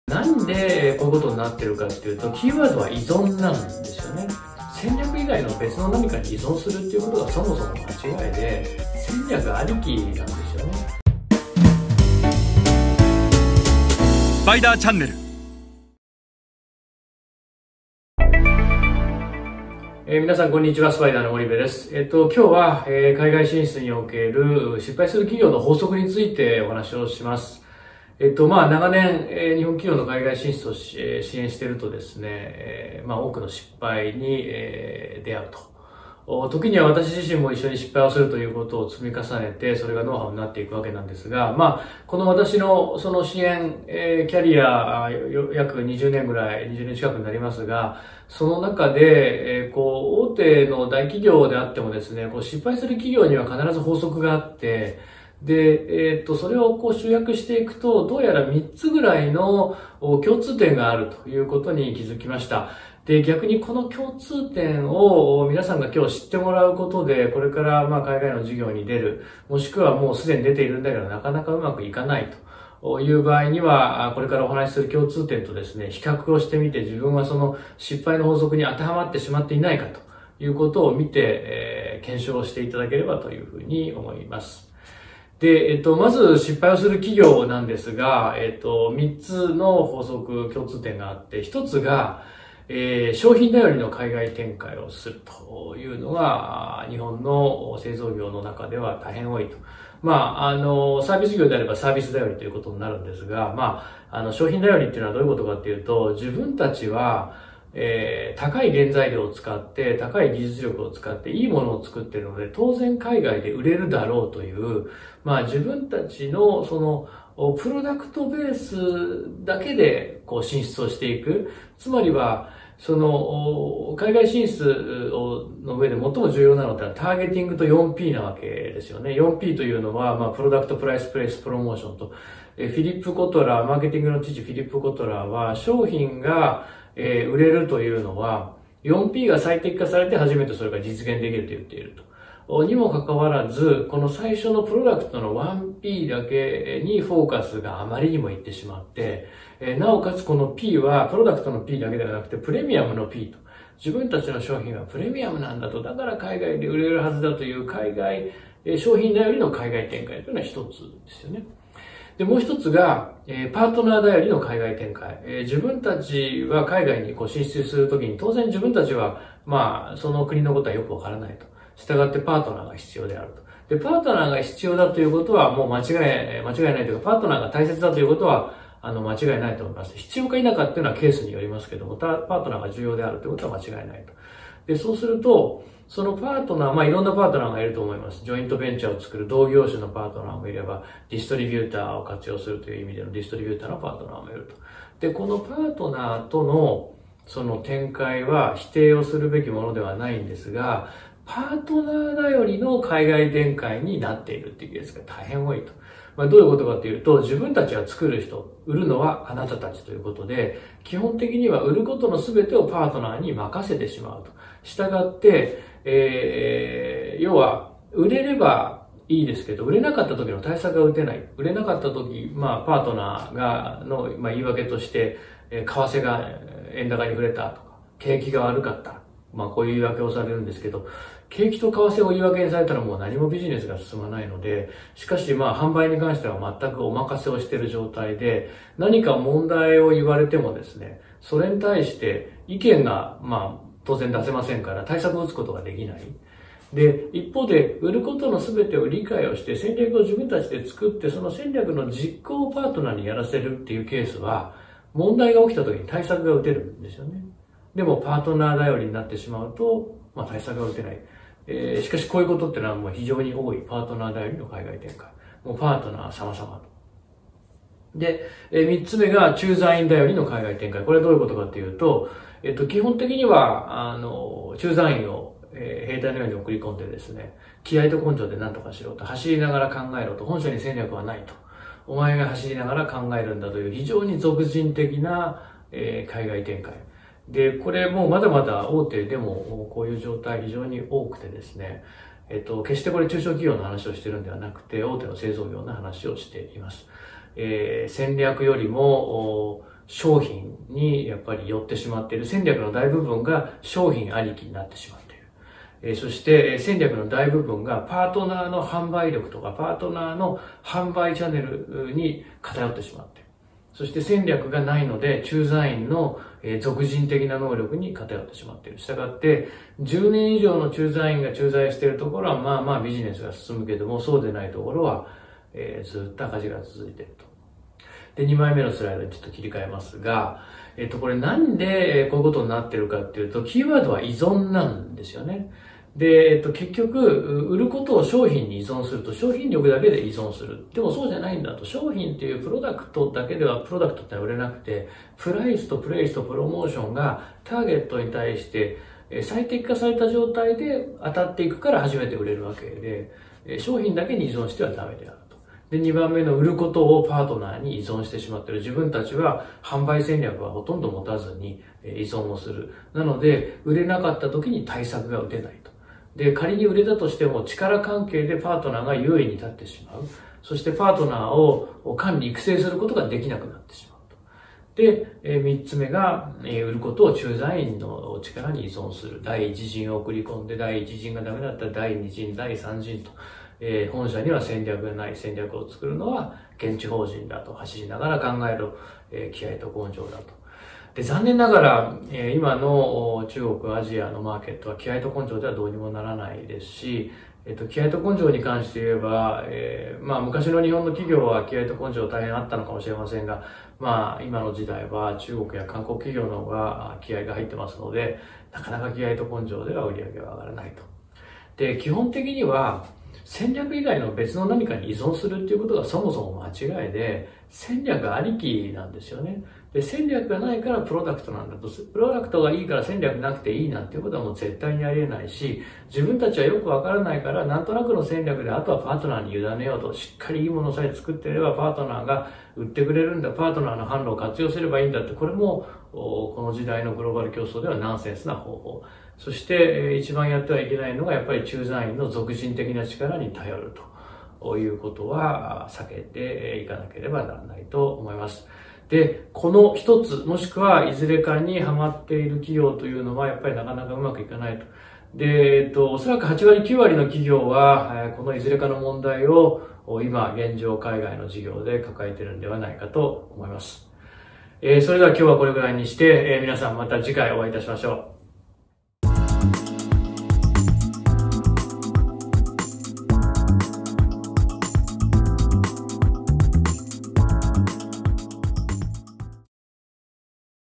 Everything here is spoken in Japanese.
なんでこういうことになってるかっていうと、キーワードは依存なんですよね。戦略以外の別の何かに依存するっていうことがそもそも間違いで、戦略ありきなんですよね。 スパイダーチャンネル。 皆さんこんにちは、スパイダーの森部です。今日は、海外進出における失敗する企業の法則についてお話をします。長年、日本企業の海外進出を支援しているとですね、多くの失敗に、出会うと。時には私自身も一緒に失敗をするということを積み重ねて、それがノウハウになっていくわけなんですが、この私のその支援、キャリア約20年ぐらい、20年近くになりますが、その中で、大手の大企業であってもですね、失敗する企業には必ず法則があって、で、それを集約していくと、どうやら3つぐらいの共通点があるということに気づきました。で、逆にこの共通点を皆さんが今日知ってもらうことで、これから海外の授業に出る、もしくはもうすでに出ているんだけど、なかなかうまくいかないという場合には、これからお話しする共通点とですね、比較をしてみて、自分はその失敗の法則に当てはまってしまっていないかということを見て、検証していただければというふうに思います。で、まず失敗をする企業なんですが、3つの法則、共通点があって、1つが、商品頼りの海外展開をするというのが、日本の製造業の中では大変多いと。サービス業であればサービス頼りということになるんですが、商品頼りっていうのはどういうことかっていうと、自分たちは、高い原材料を使って、高い技術力を使っていいものを作っているので、当然海外で売れるだろうという、自分たちのその、プロダクトベースだけで進出をしていく。つまりは、その、海外進出の上で最も重要なのはターゲティングと 4P なわけですよね。4P というのは、プロダクト、プライス、プレイス、プロモーションと。フィリップ・コトラー、マーケティングの父フィリップ・コトラーは、商品が売れるというのは、4P が最適化されて初めてそれが実現できると言っていると。にもかかわらず、この最初のプロダクトの 1P だけにフォーカスがあまりにもいってしまって、なおかつこの P はプロダクトの P だけではなくてプレミアムの P と。自分たちの商品はプレミアムなんだと、だから海外で売れるはずだという海外、商品頼りの海外展開というのは一つですよね。で、もう一つが、パートナー頼りの海外展開。自分たちは海外に進出するときに、当然自分たちは、その国のことはよくわからないと。したがってパートナーが必要であると。で、パートナーが必要だということは、もう間違いないというか、パートナーが大切だということは、間違いないと思います。必要か否かっていうのはケースによりますけども、パートナーが重要であるということは間違いないと。で、そうすると、そのパートナー、いろんなパートナーがいると思います。ジョイントベンチャーを作る同業種のパートナーもいれば、ディストリビューターを活用するという意味でのディストリビューターのパートナーもいると。で、このパートナーとのその展開は否定をするべきものではないんですが、パートナー頼りの海外展開になっているっていうケースが大変多いと。どういうことかというと、自分たちが作る人、売るのはあなたたちということで、基本的には売ることの全てをパートナーに任せてしまうと。したがって、要は、売れればいいですけど、売れなかった時の対策が打てない。売れなかった時、パートナーの言い訳として、為替が円高に触れたとか、景気が悪かった。こういう言い訳をされるんですけど、景気と為替を言い訳にされたらもう何もビジネスが進まないので、しかし販売に関しては全くお任せをしている状態で、何か問題を言われてもですね、それに対して意見が当然出せませんから対策を打つことができない。で、一方で売ることの全てを理解をして戦略を自分たちで作って、その戦略の実行をパートナーにやらせるっていうケースは、問題が起きた時に対策が打てるんですよね。でもパートナー頼りになってしまうと、対策が打てない。しかしこういうことってのはもう非常に多い。パートナー頼りの海外展開。もうパートナー様々と。で、三つ目が駐在員頼りの海外展開。これはどういうことかっていうと、基本的には、駐在員を、兵隊のように送り込んでですね、気合と根性で何とかしろと、走りながら考えろと、本社に戦略はないと。お前が走りながら考えるんだという非常に俗人的な、海外展開。で、これもまだまだ大手でもこういう状態非常に多くてですね、決してこれ中小企業の話をしているんではなくて、大手の製造業の話をしています。戦略よりも商品にやっぱり寄ってしまっている。戦略の大部分が商品ありきになってしまっている。そして戦略の大部分がパートナーの販売力とかパートナーの販売チャンネルに偏ってしまっている。そして戦略がないので駐在員の属人的な能力に偏ってしまっている。したがって10年以上の駐在員が駐在しているところはまあまあビジネスが進むけども、そうでないところはずっと赤字が続いていると。で、2枚目のスライドにちょっと切り替えますが、これなんでこういうことになってるかっていうと、キーワードは依存なんですよね。で、結局、売ることを商品に依存すると、商品力だけで依存する。でもそうじゃないんだと。商品っていうプロダクトだけでは、プロダクトって売れなくて、プライスとプレイスとプロモーションがターゲットに対して最適化された状態で当たっていくから初めて売れるわけで、商品だけに依存してはダメであると。で、2番目の売ることをパートナーに依存してしまっている。自分たちは販売戦略はほとんど持たずに依存をする。なので、売れなかった時に対策が打てないと。で、仮に売れたとしても力関係でパートナーが優位に立ってしまう。そしてパートナーを管理育成することができなくなってしまうと。で、3つ目が、売ることを駐在員の力に依存する。第1陣を送り込んで、第1陣がダメだったら第2陣、第3陣と。本社には戦略がない。戦略を作るのは現地法人だと走りながら考える、気合と根性だと。で、残念ながら、今の中国、アジアのマーケットは気合と根性ではどうにもならないですし、気合と根性に関して言えば、まあ昔の日本の企業は気合と根性大変あったのかもしれませんが、まあ今の時代は中国や韓国企業の方が気合が入ってますので、なかなか気合と根性では売り上げは上がらないと。で、基本的には戦略以外の別の何かに依存するっていうことがそもそも間違いで、戦略ありきなんですよね。で、戦略がないからプロダクトなんだと。プロダクトがいいから戦略なくていいなんていうことはもう絶対にありえないし、自分たちはよくわからないからなんとなくの戦略であとはパートナーに委ねようと、しっかりいいものさえ作っていればパートナーが売ってくれるんだ、パートナーの販路を活用すればいいんだって、これもこの時代のグローバル競争ではナンセンスな方法。そして一番やってはいけないのがやっぱり駐在員の属人的な力に頼るということは避けていかなければならないと思います。で、この一つ、もしくはいずれかにハマっている企業というのはやっぱりなかなかうまくいかないと。で、おそらく8割9割の企業はこのいずれかの問題を今現状海外の事業で抱えているんではないかと思います。それでは今日はこれぐらいにして、皆さんまた次回お会いいたしましょう。